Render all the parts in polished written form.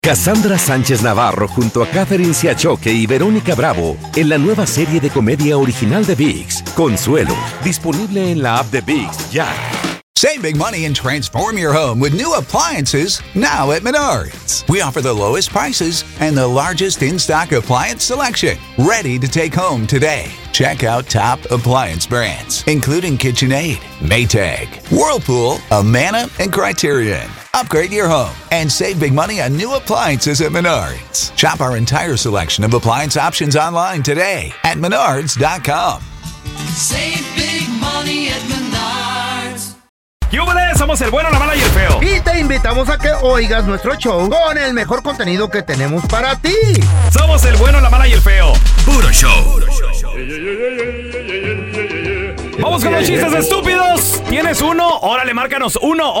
Cassandra Sánchez Navarro junto a Catherine Siachoque y Verónica Bravo en la nueva serie de comedia original de ViX, Consuelo, disponible en la app de ViX ya. Save big money and transform your home with new appliances now at Menards. We offer the lowest prices and the largest in-stock appliance selection. Ready to take home today. Check out top appliance brands, including KitchenAid, Maytag, Whirlpool, Amana, and Criterion. Upgrade your home and save big money on new appliances at Menards. Shop our entire selection of appliance options online today at Menards.com. Save big money at Menards. ¡Yúbales! Somos el bueno, la mala y el feo. Y te invitamos a que oigas nuestro show con el mejor contenido que tenemos para ti. Somos el bueno, la mala y el feo. Puro show. Vamos con los chistes estúpidos. ¿Tienes uno? Órale, márcanos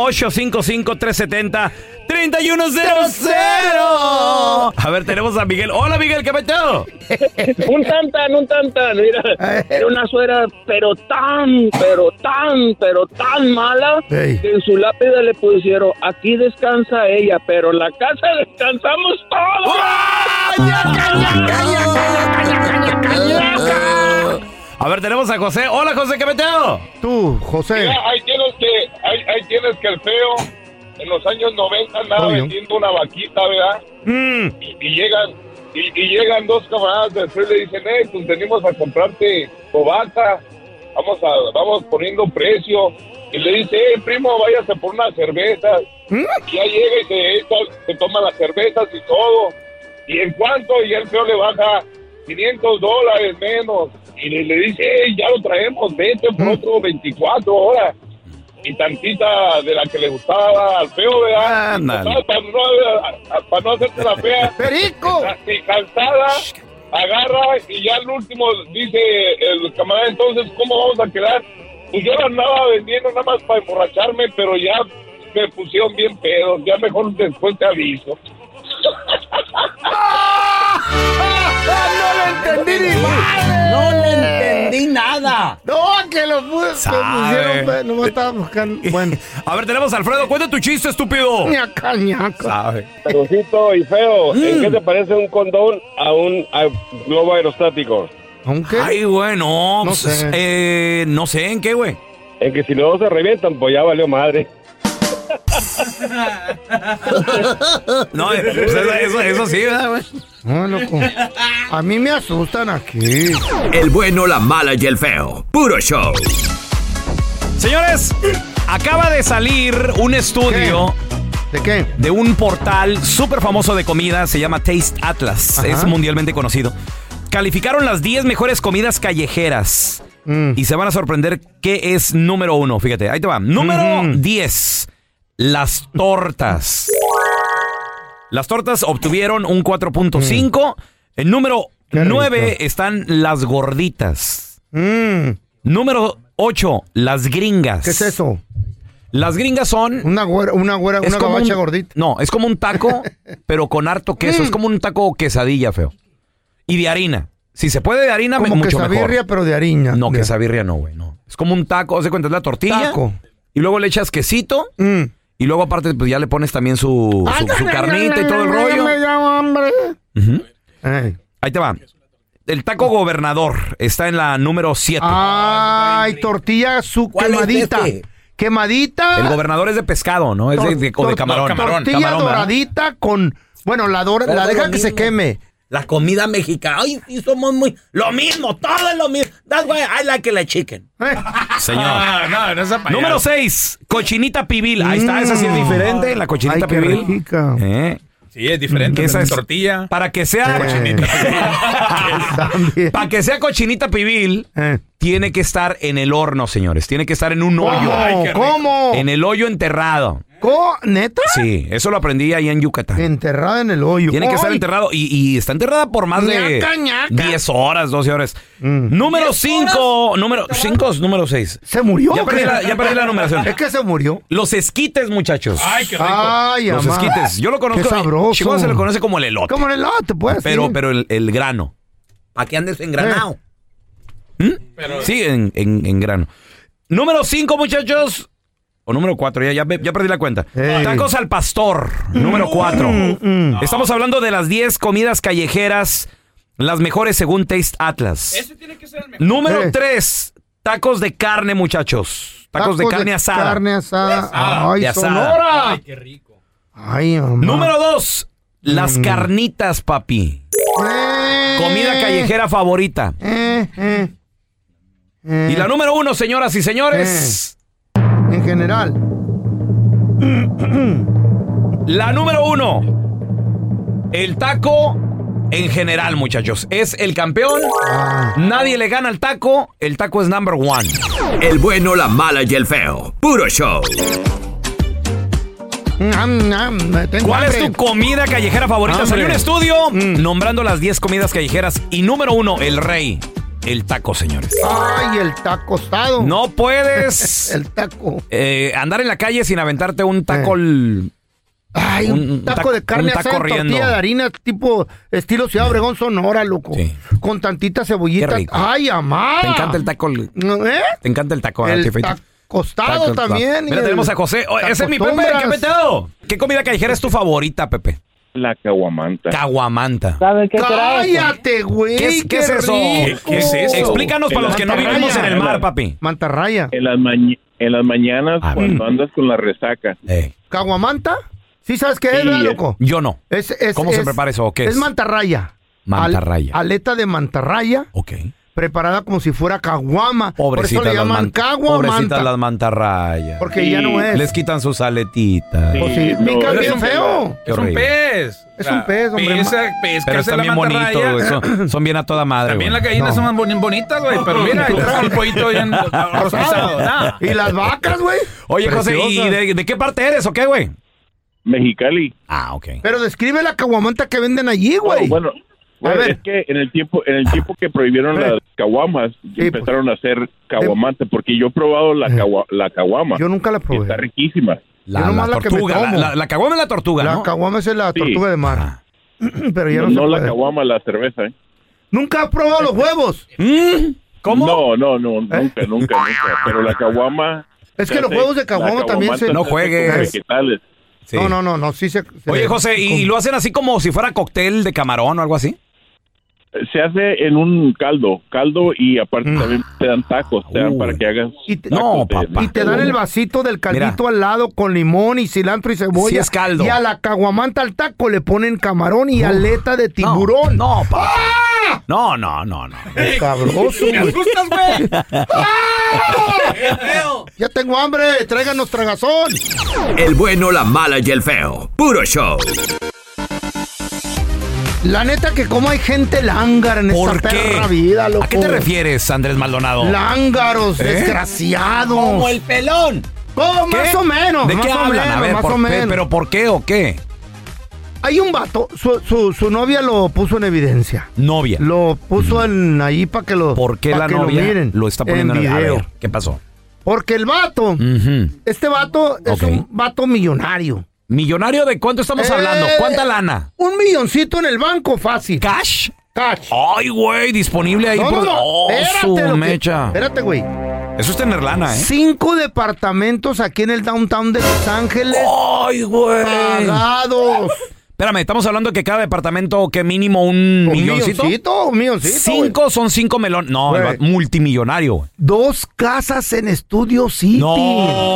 1-855-370-3100. A ver, tenemos a Miguel. Hola, Miguel, ¿qué metió? Un tantan. Mira, era una suegra, pero tan mala, que en su lápida le pusieron: aquí descansa ella, pero en la casa descansamos todos. A ver, tenemos a José. Hola, José, ¿qué metió? Tú, José. Mira, ahí tienes que el feo en los años 90 andaba vendiendo una vaquita, ¿verdad? Y llegan dos camaradas del feo y le dicen: pues venimos a comprarte tu vaca, vamos poniendo precio. Y le dice: primo, váyase por unas cervezas. Y ya llega y se toma las cervezas y todo. ¿Y en cuánto? Y el feo le baja $500 menos. Y le dice: ya lo traemos, vete por otro 24 horas. Y tantita de la que le gustaba al feo, ¿verdad? Para no hacerte la fea. ¡Perico! Y cansada, agarra y ya al último dice el camarada: entonces, ¿cómo vamos a quedar? Pues yo la andaba vendiendo nada más para emborracharme, pero ya me pusieron bien pedos. Ya mejor después te aviso. ¡No le entendí ni madre! ¡No le entendí nada! No, que lo pusieron, no me estaba buscando. Bueno. A ver, tenemos a Alfredo. Cuenta tu chiste, estúpido. Ñaca. Sabe. Perucito y feo, ¿en qué te parece un condón a un globo aerostático? ¿Aunque? Ay, güey, no. No pues, sé. No sé, ¿en qué, güey? En que si los dos se revientan, pues ya valió madre. No, pues eso sí, ¿verdad, güey? No, loco. A mí me asustan aquí. El bueno, la mala y el feo. Puro show. Señores, acaba de salir un estudio. ¿De qué? De un portal súper famoso de comida. Se llama Taste Atlas. Ajá. Es mundialmente conocido. Calificaron las 10 mejores comidas callejeras. Y se van a sorprender qué es número 1. Fíjate, ahí te va. Número 10. Las tortas. Las tortas obtuvieron un 4.5. En número 9 están las gorditas. Número 8, las gringas. ¿Qué es eso? Las gringas son... Una gabacha gordita. No, es como un taco, pero con harto queso. Es como un taco quesadilla, feo. Y de harina. Si se puede de harina, como mucho mejor. quesabirria, pero de harina. No, quesabirria no, güey, no. Es como un taco, ¿se cuenta? Es la tortilla. Taco. Y luego le echas quesito. Y luego aparte, pues ya le pones también su carnita y todo el rollo. Me llamo hambre. Ahí te va. El taco gobernador está en la número 7. Ay, tortilla quemadita. Quemadita. El gobernador es de pescado, ¿no? Es de camarón. Tortilla doradita con... Bueno, la deja que se queme. La comida mexicana. Ay, sí, somos muy... Lo mismo, todo es lo mismo. That's why I like the chicken. Señor. No es Número 6, cochinita pibil. Ahí está, esa sí es diferente. La cochinita pibil. Rica. Sí, es diferente. Esa es tortilla. Para que sea para que sea cochinita pibil, tiene que estar en el horno, señores. Tiene que estar en un hoyo. ¿Cómo? En el hoyo enterrado. ¿Neta? Sí, eso lo aprendí ahí en Yucatán. Enterrada en el hoyo. Tiene que estar enterrado y está enterrada por más de 10 horas, 12 horas. Número 5. Número 6. ¿Se murió? Ya perdí la numeración. Es que se murió. Los esquites, muchachos. Ay, qué rico. Ay, Los amá. esquites. Yo lo conozco. Qué sabroso. Chihuahua se le conoce como el elote. Como el elote, pues. Pero el grano. ¿Para qué andes engranado? Sí, en grano. Número 5, muchachos. O número 4, ya perdí la cuenta. Tacos al pastor, número 4. Estamos hablando de las 10 comidas callejeras, las mejores según Taste Atlas. Ese tiene que ser el mejor. Número 3, tacos de carne, muchos. Tacos de carne asada. Carne asada. Ay, de asada. Sonora. Ay, qué rico. Ay, mamá. Número 2, las carnitas, papi. Comida callejera favorita. Y la número 1, señoras y señores. En general. La número 1. El taco en general, muchachos. Es el campeón. Nadie le gana al taco. El taco es number 1. El bueno, la mala y el feo. Puro show. ¿Cuál es tu comida callejera favorita? Salió un estudio nombrando las 10 comidas callejeras. Y número 1, el rey. El taco, señores. Ay, el taco tostado. No puedes el taco. Andar en la calle sin aventarte un taco. Ay, un taco de carne asada, tortilla de harina, tipo estilo Ciudad Obregón, Sonora, loco. Sí. Con tantita cebollita. Ay, amá. ¿Te encanta el taco? ¿Te encanta el taco? El tostado también. Mira, tenemos a José. Ese es mi Pepe. ¿Qué metido? ¿Qué comida callejera es tu favorita, Pepe? La caguamanta. Caguamanta. ¿Sabes qué trae? ¡Cállate, güey! ¿Qué es eso? ¿Qué es eso? Explícanos para los que no vivimos en el mar, papi. Mantarraya. En las mañanas, cuando andas con la resaca. ¿Caguamanta? ¿Sí sabes qué es, loco? Yo no. ¿Cómo se prepara eso? ¿Qué es? Es mantarraya. Mantarraya. Aleta de mantarraya. Ok. Preparada como si fuera caguama. Pobrecitas, por eso le llaman caguamanta. Pobrecitas las mantarrayas. Porque ya no es. Les quitan sus aletitas. Pues sí, pica bien feo. Es un pez. Es un pez, hombre. Pero están bien bonitos, son bien a toda madre. También las gallinas son bonitas, güey. Pero mira, ahí está el pollito bien rostizado. ¿Y las vacas, güey? Oye, José, ¿y de qué parte eres o qué, güey? Mexicali. Ok. Pero describe la caguamanta que venden allí, güey. Bueno, es que en el tiempo que prohibieron las caguamas, empezaron a hacer caguamanta, porque yo he probado la caguama. Yo nunca la probé. Está riquísima. La tortuga. La caguama es la tortuga, ¿no? La caguama es la tortuga de mar. Pero ya no la caguama, la cerveza, ¿eh? ¿Nunca has probado los huevos? ¿Cómo? No, nunca. Pero la caguama... Es que los huevos de caguama también se... No juegues. Sí. No, sí se... Oye, José, ¿y lo hacen así como si fuera cóctel de camarón o algo así? Se hace en un caldo y aparte también te dan tacos, te dan para que hagas y te dan el vasito del caldito al lado con limón y cilantro y cebolla. Sí es caldo. Y a la caguamanta al taco le ponen camarón y aleta de tiburón. No, papá. ¡Ah! No. Cabroso, me asustas, güey. Ya tengo hambre, tráiganos tragazón. El bueno, la mala y el feo. Puro show. La neta que como hay gente lángara en esta perra vida, loco. ¿A qué te refieres, Andrés Maldonado? Lángaros, desgraciados. Como el pelón. Más o menos. ¿De qué hablan? A ver, ¿pero por qué o qué? Hay un vato, su novia lo puso en evidencia. ¿Novia? Lo puso ahí para que lo ¿Por qué la novia lo está poniendo en video? A ver, ¿qué pasó? Porque el vato, este vato es un vato millonario. ¿Millonario de cuánto estamos hablando? ¿Cuánta lana? $1 milloncito en el banco, fácil. ¿Cash? Cash. Ay, güey, disponible ahí. Espérate, güey. Eso es tener lana, 5 departamentos aquí en el downtown de Los Ángeles. Ay, güey. Pagados. Espérame, estamos hablando de que cada departamento, que mínimo un milloncito. Un milloncito. 5 son 5 melones. No, multimillonario, güey. 2 casas en Studio City. No.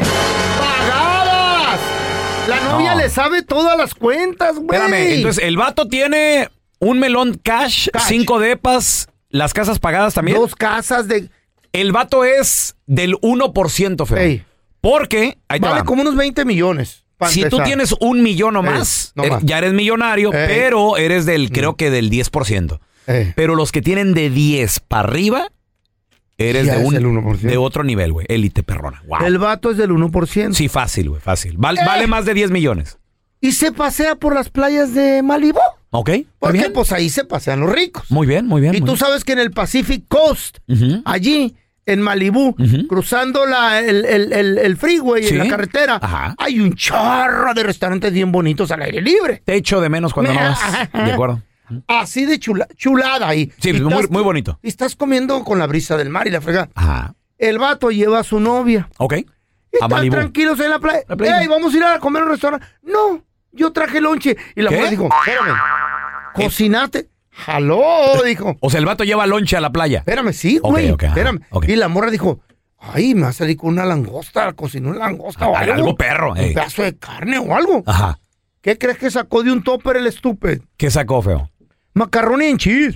La novia le sabe todas las cuentas, güey. Espérame, entonces el vato tiene un melón cash, 5 depas, las casas pagadas también. 2 casas de... El vato es del 1%, feo. Ey. Porque, ahí te vale va. Como unos 20 millones. Si tú tienes $1 millón o más, ya eres millonario, pero eres creo que del 10%. Pero los que tienen de 10 para arriba... Eres de otro nivel, güey. Élite perrona. Wow. El vato es del 1%. Sí, fácil, güey, fácil. Vale más de 10 millones. Y se pasea por las playas de Malibu. Ok. Porque pues ahí se pasean los ricos. Muy bien. Y tú sabes que en el Pacific Coast, allí, en Malibu, cruzando el freeway, en la carretera, hay un chorro de restaurantes bien bonitos al aire libre. Te echo de menos cuando no vas. De acuerdo. Así de chulada ahí. Sí, muy bonito. Y estás comiendo con la brisa del mar y la fregada. Ajá. El vato lleva a su novia. Ok. Están Malibú. tranquilos en la playa. Ey, vamos a ir a comer a un restaurante. No, yo traje lonche. Y la mujer dijo, espérame, ¿cocinaste? Jaló, dijo. O sea, el vato lleva lonche a la playa. Espérame, sí, güey. Ok, espérame. ok. Y la morra dijo, ay, me va a salir con una langosta. Cocinó una langosta o algo. Algo perro. Un pedazo de carne o algo. Ajá. ¿Qué crees que sacó de un topper el estúpido? ¿Qué sacó, feo? Macarroni en cheese.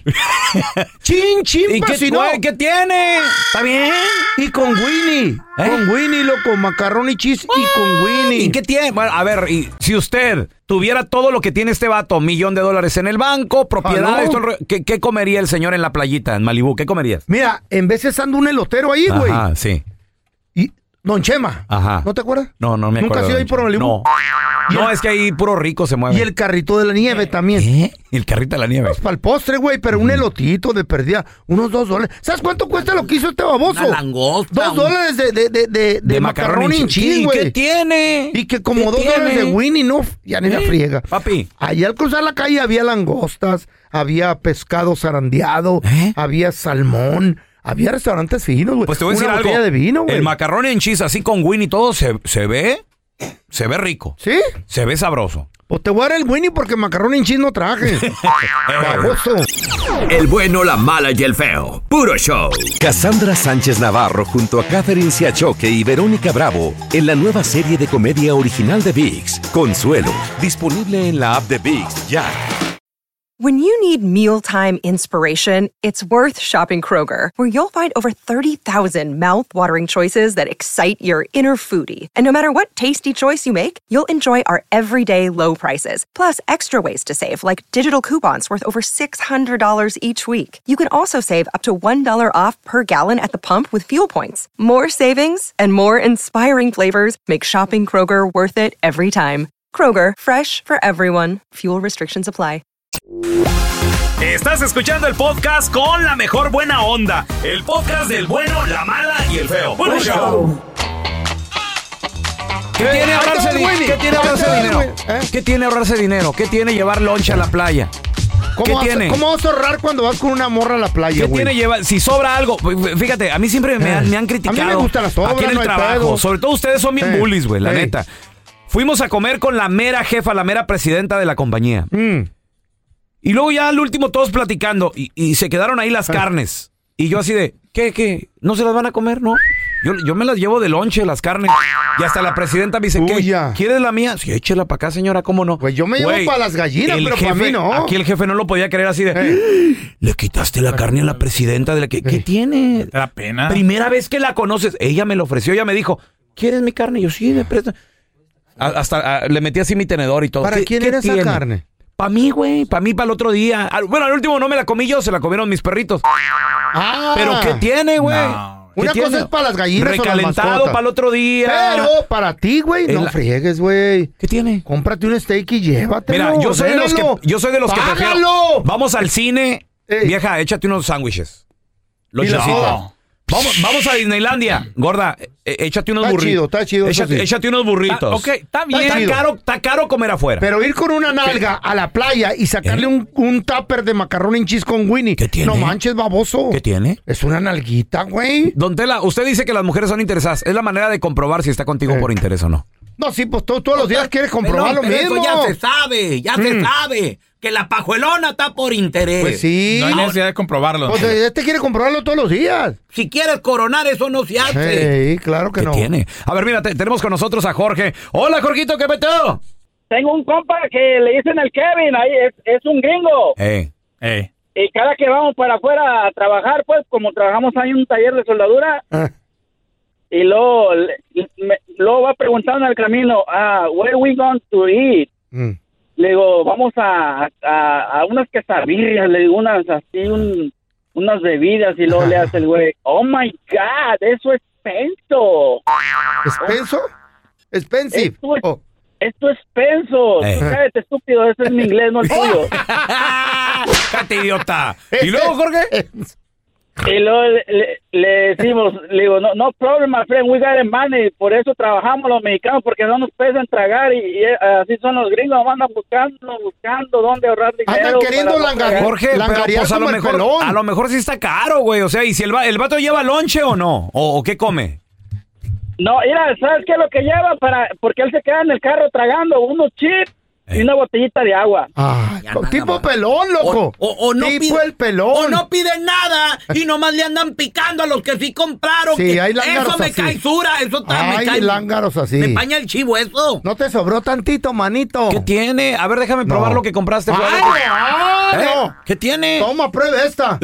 Chin, ¿Y qué tiene? ¿Está bien? Y con Winnie. Con Winnie, loco. Macaroni cheese y con Winnie. ¿Y qué tiene? Bueno, a ver, y si usted tuviera todo lo que tiene este vato, $1 millón en el banco, propiedades, ¿qué comería el señor en la playita, en Malibú? ¿Qué comerías? Mira, en vez de ando un elotero ahí, güey. Ajá, sí. Y Don Chema. Ajá. ¿No te acuerdas? No me acuerdo. ¿Nunca has ido ahí por Malibú? No, es que ahí puro rico se mueve. Y el carrito de la nieve también. ¿Qué? El carrito de la nieve. Pues para el postre, güey, pero un elotito de perdida, unos $2. ¿Sabes cuánto cuesta lo que hizo este baboso? Una langosta. $2 de macaroni en cheese, güey. ¿Y qué tiene? Y que como $2 de Winnie, no, ya ni la friega. Papi. Allá al cruzar la calle había langostas, había pescado zarandeado, había salmón. Había restaurantes finos, güey. Pues te voy a decir una algo. botella de vino, güey. El macarrón en cheese así con Winnie y todo se ve rico. ¿Sí? Se ve sabroso. Pues te voy a dar el Winnie porque macarrón en cheese no traje. Baboso. El bueno, la mala y el feo. Puro show. Cassandra Sánchez Navarro junto a Catherine Siachoque y Verónica Bravo en la nueva serie de comedia original de ViX, Consuelo, disponible en la app de ViX ya. When you need mealtime inspiration, it's worth shopping Kroger, where you'll find over 30,000 mouth-watering choices that excite your inner foodie. And no matter what tasty choice you make, you'll enjoy our everyday low prices, plus extra ways to save, like digital coupons worth over $600 each week. You can also save up to $1 off per gallon at the pump with fuel points. More savings and more inspiring flavors make shopping Kroger worth it every time. Kroger, fresh for everyone. Fuel restrictions apply. Estás escuchando el podcast con la mejor buena onda. El podcast del bueno, la mala y el feo. ¡Buen show! ¿Qué tiene ahorrarse dinero? ¿Qué tiene ahorrarse dinero? ¿Qué tiene llevar lonche a la playa? ¿Qué tiene? ¿Cómo vas a ahorrar cuando vas con una morra a la playa, ¿Qué tiene llevar? Si sobra algo, fíjate, a mí siempre me han criticado. A mí me gusta la sobra, aquí en el trabajo. Pedo. Sobre todo ustedes son bien bullies, güey, la neta. Fuimos a comer con la mera jefa, la mera presidenta de la compañía. Y luego ya al último todos platicando y se quedaron ahí las carnes. Y yo así de, ¿qué? ¿No se las van a comer? No. Yo me las llevo de lonche, las carnes. Y hasta la presidenta me dice, ¿quieres la mía? Sí, échela para acá, señora, ¿cómo no? Pues yo me llevo para las gallinas, pero para mí no. Aquí el jefe no lo podía creer así de, le quitaste la carne a la presidenta de la que, ¿qué tiene? ¿Te da pena? Primera vez que la conoces. Ella me lo ofreció, ella me dijo, ¿quieres mi carne? Yo sí, me presta. Hasta le metí así mi tenedor y todo. ¿Para quién era esa carne? Para mí, güey. Para mí, para el otro día. Bueno, al último no me la comí yo, se la comieron mis perritos. ¿Pero qué tiene, güey? No. Una cosa es para las gallinas recalentado para el otro día. Pero para ti, güey, no friegues, güey. ¿Qué tiene? Cómprate un steak y llévatelo. Mira, yo soy de los que prefiero. Vamos al cine. Ey. Vieja, échate unos sándwiches. No. Vamos a Disneylandia. Gorda, échate unos burritos. Está chido. Échate unos burritos. Está bien. Está caro comer afuera. Pero ir con una nalga a la playa y sacarle un tupper de macarrón en cheese con Winnie. ¿Qué tiene? No manches, baboso. ¿Qué tiene? Es una nalguita, güey. Don Tela, usted dice que las mujeres son interesadas. Es la manera de comprobar si está contigo por interés o no. No, sí, pues todos los días quieres comprobar lo mismo. Eso ya se sabe. Que la pajuelona está por interés. Pues sí. No hay necesidad de comprobarlo. Pues este quiere comprobarlo todos los días. Si quieres coronar, eso no se hace. Sí, claro que ¿Qué no. tiene? A ver, mira, tenemos con nosotros a Jorge. Hola, Jorgito, ¿qué peteo? Tengo un compa que le dicen el Kevin, ahí es un gringo. Y cada que vamos para afuera a trabajar, pues, como trabajamos ahí en un taller de soldadura, y luego va preguntando en el camino, where we going to eat? Le digo, vamos a unas quesadillas, le digo, unas unas bebidas, y luego le hace el güey, oh my God, eso es penso. ¿Expenso? Expensive. Esto es penso. Cállate, estúpido, ese es mi inglés, no el tuyo. ¡Cállate, idiota! ¿Y luego, Jorge? Y luego le decimos, le digo, no problem, my friend, we got money. Por eso trabajamos los mexicanos, porque no nos pesan tragar, y así son los gringos, andan buscando dónde ahorrar dinero. Andan queriendo langar. Jorge, pero pues a lo mejor sí está caro, güey. O sea, ¿y si el vato lleva lonche o no? ¿O qué come? No, mira, ¿sabes qué es lo que lleva? Porque él se queda en el carro tragando unos chips y una botellita de agua. Ah, tipo pelón, loco. O no tipo pide, el pelón. O no piden nada y nomás le andan picando a los que sí compraron. Sí, hay lángaros eso me así. cae sura, eso me cae. Lángaros así. Me paña el chivo eso. No te sobró tantito, manito. ¿Qué tiene? A ver, déjame probar lo que compraste. No. ¿Qué tiene? Toma, pruebe esta.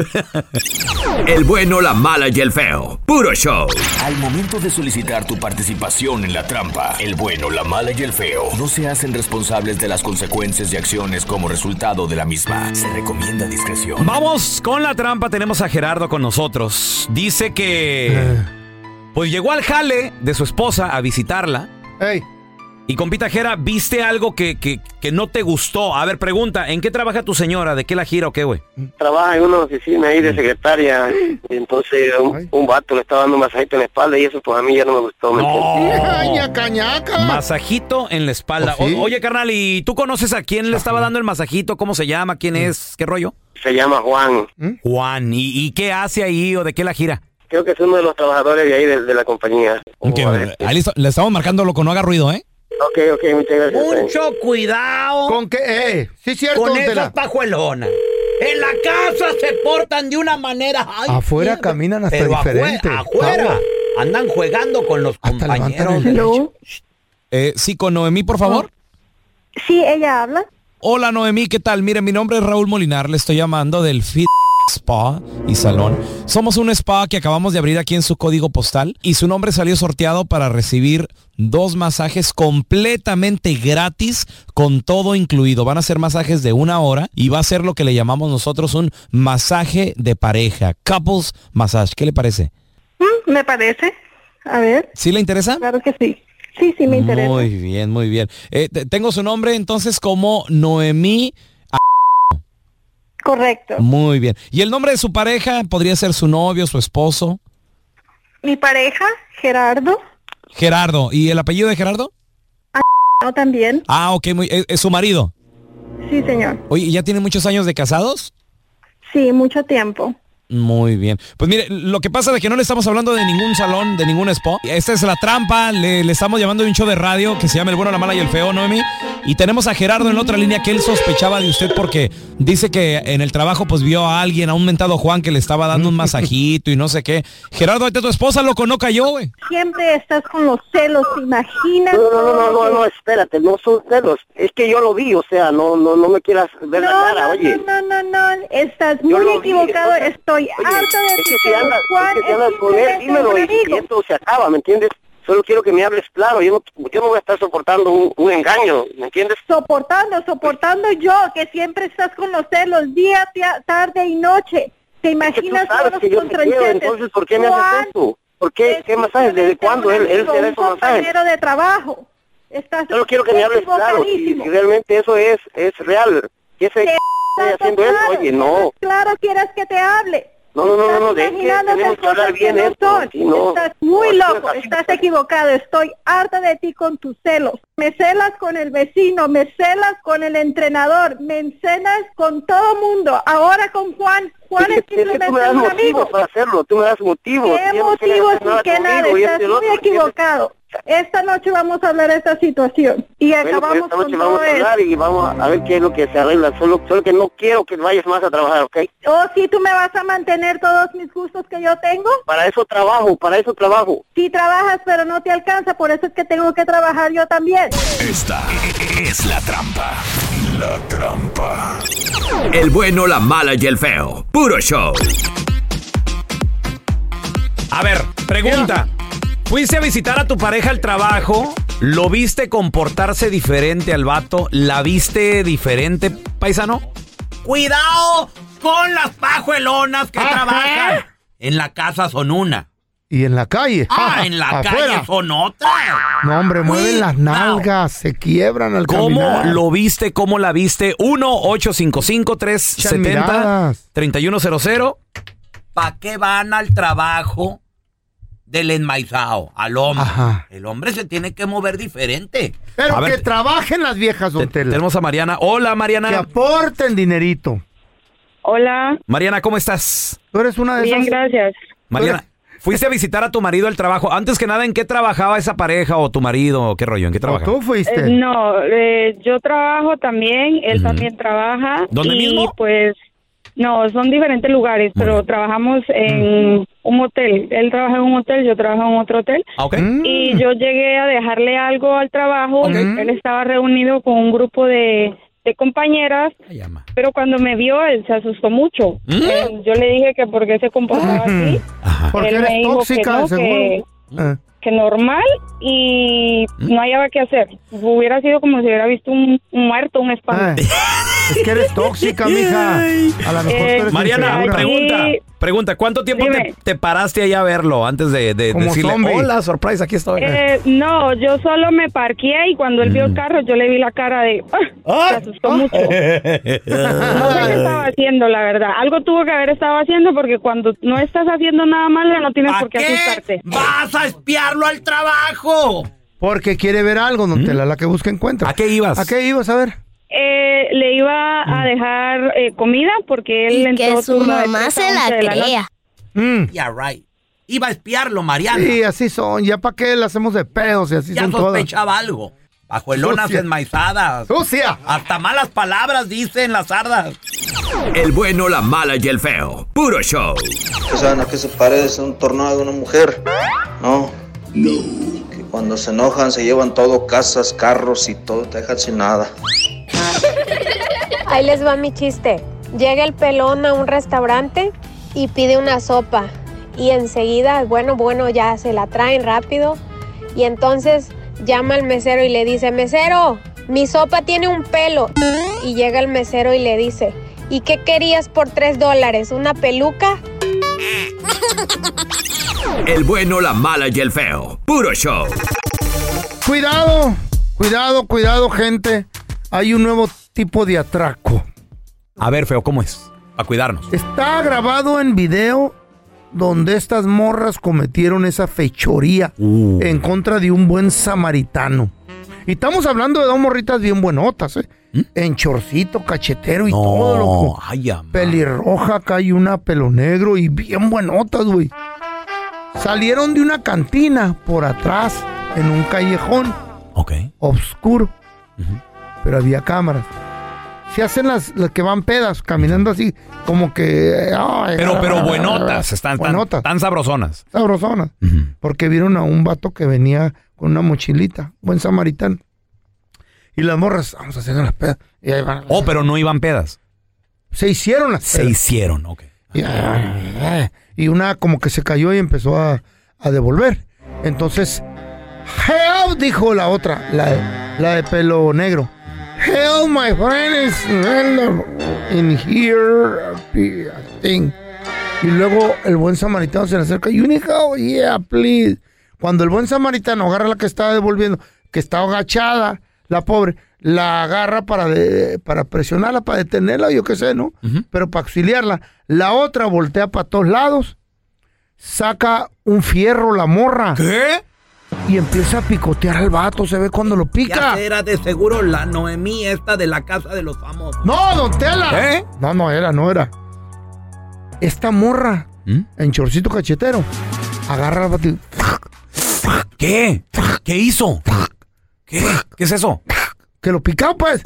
El bueno, la mala y el feo. Puro show. Al momento de solicitar tu participación en la trampa, el bueno, la mala y el feo no se hacen responsables de las consecuencias y acciones como resultado de la misma. Se recomienda discreción. Vamos con la trampa. Tenemos a Gerardo con nosotros. Dice que pues llegó al jale de su esposa a visitarla. Ey. Y compita Jera, ¿viste algo que no te gustó? A ver, pregunta, ¿en qué trabaja tu señora? ¿De qué la gira o qué, güey? Trabaja en una oficina ahí de secretaria. Y entonces un vato le estaba dando un masajito en la espalda y eso pues a mí ya no me gustó. Cañaca. Masajito en la espalda. ¿Oh, sí? Oye, carnal, ¿y tú conoces a quién le estaba dando el masajito? ¿Cómo se llama? ¿Quién es? ¿Qué rollo? Se llama Juan. Juan, ¿y qué hace ahí o de qué la gira? Creo que es uno de los trabajadores de ahí de la compañía. Ahí le estamos marcando lo que no haga ruido, ¿eh? Ok, muchas gracias. Mucho cuidado. ¿Con qué? Sí, cierto. Con esas pajuelonas. En la casa se portan de una manera. Ay, afuera caminan hasta pero diferente. Afuera. Andan jugando con los compañeros. Sí, con Noemí, por favor. Sí, ella habla. Hola, Noemí, ¿qué tal? Mire, mi nombre es Raúl Molinar, le estoy llamando del Fit Spa y Salón. Somos un spa que acabamos de abrir aquí en su código postal y su nombre salió sorteado para recibir 2 masajes completamente gratis con todo incluido. Van a ser masajes de 1 hora y va a ser lo que le llamamos nosotros un masaje de pareja, couples massage. ¿Qué le parece? Me parece. A ver. ¿Sí le interesa? Claro que sí. Sí, me interesa. Muy bien, muy bien. Tengo su nombre entonces como Noemí. Correcto. Muy bien. ¿Y el nombre de su pareja podría ser su novio, su esposo? Mi pareja, Gerardo. Gerardo. ¿Y el apellido de Gerardo? También. Ah, ok. ¿Es su marido? Sí, señor. Oye, ¿ya tienen muchos años de casados? Sí, mucho tiempo. Muy bien. Pues mire, lo que pasa es que no le estamos hablando de ningún salón, de ningún spa. Esta es la trampa. Le estamos llamando de un show de radio que se llama El Bueno, la Mala y el Feo, Noemi. Y tenemos a Gerardo en la otra línea que él sospechaba de usted porque dice que en el trabajo pues vio a alguien, a un mentado Juan que le estaba dando un masajito y no sé qué. Gerardo, ahí está tu esposa, loco, no cayó, güey. Siempre estás con los celos, ¿te imaginas? No, espérate, no son celos. Es que yo lo vi, o sea, no me quieras ver la cara, oye. No, estás muy equivocado, estoy harta de ti. Juan es andas con él, dímelo y esto se acaba, ¿me entiendes? Solo quiero que me hables claro, yo no voy a estar soportando un engaño, ¿me entiendes? Soportando yo, que siempre estás con los celos, día, tarde y noche. ¿Te imaginas todos los contrayentes? Entonces, ¿por qué me haces eso? ¿Por qué? ¿Qué masajes? ¿Desde cuándo él se da esos masajes? Compañero de trabajo. Solo quiero que me hables claro, si realmente eso es real. ¿Qué se está haciendo eso? Oye, no. Claro, quieres que te hable. No, de que tenemos que hablar bien esto. Estás muy loco, estás equivocado. Estoy harta de ti con tus celos. Me celas con el vecino, me celas con el entrenador, me celas con todo mundo. Ahora con Juan. Juan es simplemente un amigo. Tú me das motivos para hacerlo, tú me das motivos. ¿Qué motivos ni que nada? Estás muy equivocado. Esta noche vamos a hablar de esta situación y acabamos esta noche con vamos todo a hablar y vamos a ver qué es lo que se arregla. Solo que no quiero que vayas más a trabajar, ¿ok? Oh, sí, tú me vas a mantener todos mis gustos que yo tengo. Para eso trabajo. Sí trabajas, pero no te alcanza, por eso es que tengo que trabajar yo también. Esta es la trampa. La trampa. El bueno, la mala y el feo. Puro show. A ver, pregunta. ¿Fuiste a visitar a tu pareja al trabajo? ¿Lo viste comportarse diferente al vato? ¿La viste diferente, paisano? Cuidado con las pajuelonas que trabajan. En la casa son una. ¿Y en la calle? En la calle son otra. No, hombre, mueven las nalgas, se quiebran al caminar. ¿Cómo lo viste? ¿Cómo la viste? 1-855-370-3100. ¿Para qué van al trabajo del enmaizado al hombre? Ajá. El hombre se tiene que mover diferente. Pero que trabajen las viejas, don Tela. Tenemos a Mariana. Hola, Mariana. Que aporten dinerito. Hola. Mariana, ¿cómo estás? ¿Tú eres una de esas? Bien, gracias. Mariana, Fuiste a visitar a tu marido al trabajo. Antes que nada, ¿en qué trabajaba esa pareja o tu marido? ¿Qué rollo? ¿En qué trabajaba? ¿Tú fuiste? No, yo trabajo también, él también trabaja. ¿Dónde mismo? Pues, no, son diferentes lugares, pero trabajamos en un hotel. Él trabaja en un hotel, yo trabajo en otro hotel. Y yo llegué a dejarle algo al trabajo. Él estaba reunido con un grupo de compañeras, pero cuando me vio, él se asustó mucho. Yo le dije que por qué se comportaba así. Porque él eres me dijo tóxica, que normal y no hallaba qué hacer. Hubiera sido como si hubiera visto un muerto, un espanto. Es que eres tóxica, mija. A lo mejor tú eres Mariana, pregunta, ¿cuánto tiempo te paraste allá a verlo antes de decirle, zombie. Hola, surprise, aquí estoy? No, yo solo me parqué y cuando él vio el carro, yo le vi la cara de... se asustó mucho. No sé qué estaba haciendo, la verdad. Algo tuvo que haber estado haciendo porque cuando no estás haciendo nada malo, no tienes por qué asustarte. ¡Vas a espiarlo al trabajo! Porque quiere ver algo, don Tela, la que busca encuentra. ¿A qué ibas? ¿A qué ibas a ver? Le iba a dejar comida porque él entró que su mamá se la crea. Yeah, right. Iba a espiarlo, Mariana. Sí, así son. ¿Ya para qué le hacemos de pedos y así ya son todas? Ya sospechaba algo. Pajuelonas enmaizadas. ¡Sucia! Hasta malas palabras dicen las sardas. El bueno, la mala y el feo. Puro show. ¿Saben a qué se parece un tornado de una mujer? No. Que cuando se enojan se llevan todo, casas, carros y todo, te dejan sin nada. Ahí les va mi chiste. Llega el pelón a un restaurante y pide una sopa. Y enseguida, bueno, ya se la traen rápido. Y entonces llama al mesero y le dice, mesero, mi sopa tiene un pelo. Y llega el mesero y le dice, ¿y qué querías por $3? ¿Una peluca? El bueno, la mala y el feo. Puro show. Cuidado, gente. Hay un nuevo tipo de atraco. A ver, feo, ¿cómo es? A cuidarnos. Está grabado en video donde estas morras cometieron esa fechoría en contra de un buen samaritano. Y estamos hablando de dos morritas bien buenotas, en chorcito, cachetero y todo, loco. Pelirroja, acá hay una pelo negro y bien buenotas, güey. Salieron de una cantina por atrás, en un callejón. Obscuro. Pero había cámaras. Se hacen las que van pedas, caminando así, como que... Pero buenotas, están tan sabrosonas. Sabrosonas. Porque vieron a un vato que venía con una mochilita, buen samaritano. Y las morras, vamos a hacer las pedas. Y ahí van. Pero no iban pedas. Se hicieron las pedas. Se hicieron, Y una como que se cayó y empezó a devolver. Entonces, help, dijo la otra, la de pelo negro. Help, my friend is in here, I think. Y luego el buen samaritano se le acerca. You need help? Yeah, please. Cuando el buen samaritano agarra a la que estaba devolviendo, que estaba agachada, la pobre, la agarra para presionarla, para detenerla, yo qué sé, ¿no? Pero para auxiliarla. La otra voltea para todos lados, saca un fierro la morra. ¿Qué? Y empieza a picotear al vato, se ve cuando lo pica. Ya era de seguro la Noemí esta de la casa de los famosos. ¡No, don Tela! No era. Esta morra, en chorcito cachetero, agarra al vato y... ¿Qué? ¿Qué hizo? ¿Qué es eso? Que lo picó, pues.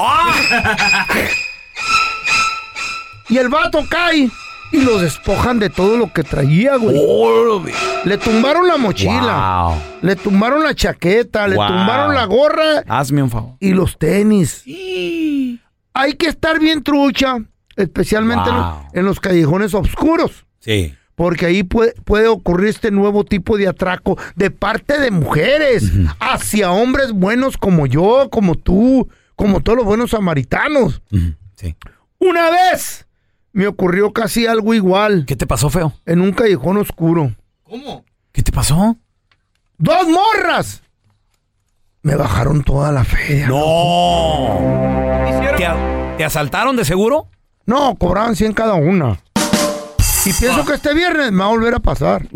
Y el vato cae y lo despojan de todo lo que traía, güey. Le tumbaron la mochila. Wow. Le tumbaron la chaqueta. Le tumbaron la gorra. Hazme un favor. Y los tenis. Sí. Hay que estar bien trucha, especialmente en los callejones oscuros. Sí. Porque ahí puede ocurrir este nuevo tipo de atraco de parte de mujeres hacia hombres buenos como yo, como tú, como todos los buenos samaritanos. Sí. Una vez me ocurrió casi algo igual. ¿Qué te pasó, feo? En un callejón oscuro. ¿Cómo? ¿Qué te pasó? 2 morras. Me bajaron toda la feria. ¡No! ¿Te asaltaron de seguro? No, cobraban 100 cada una. Y pienso que este viernes me va a volver a pasar.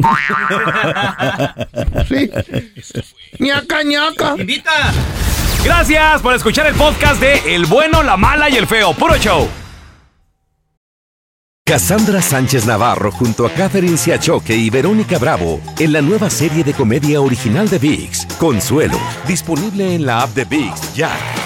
Sí. Ñaca, ñaca. ¡Invita! Gracias por escuchar el podcast de El Bueno, la Mala y el Feo. Puro show. Cassandra Sánchez Navarro junto a Catherine Siachoque y Verónica Bravo en la nueva serie de comedia original de ViX, Consuelo, disponible en la app de ViX ya.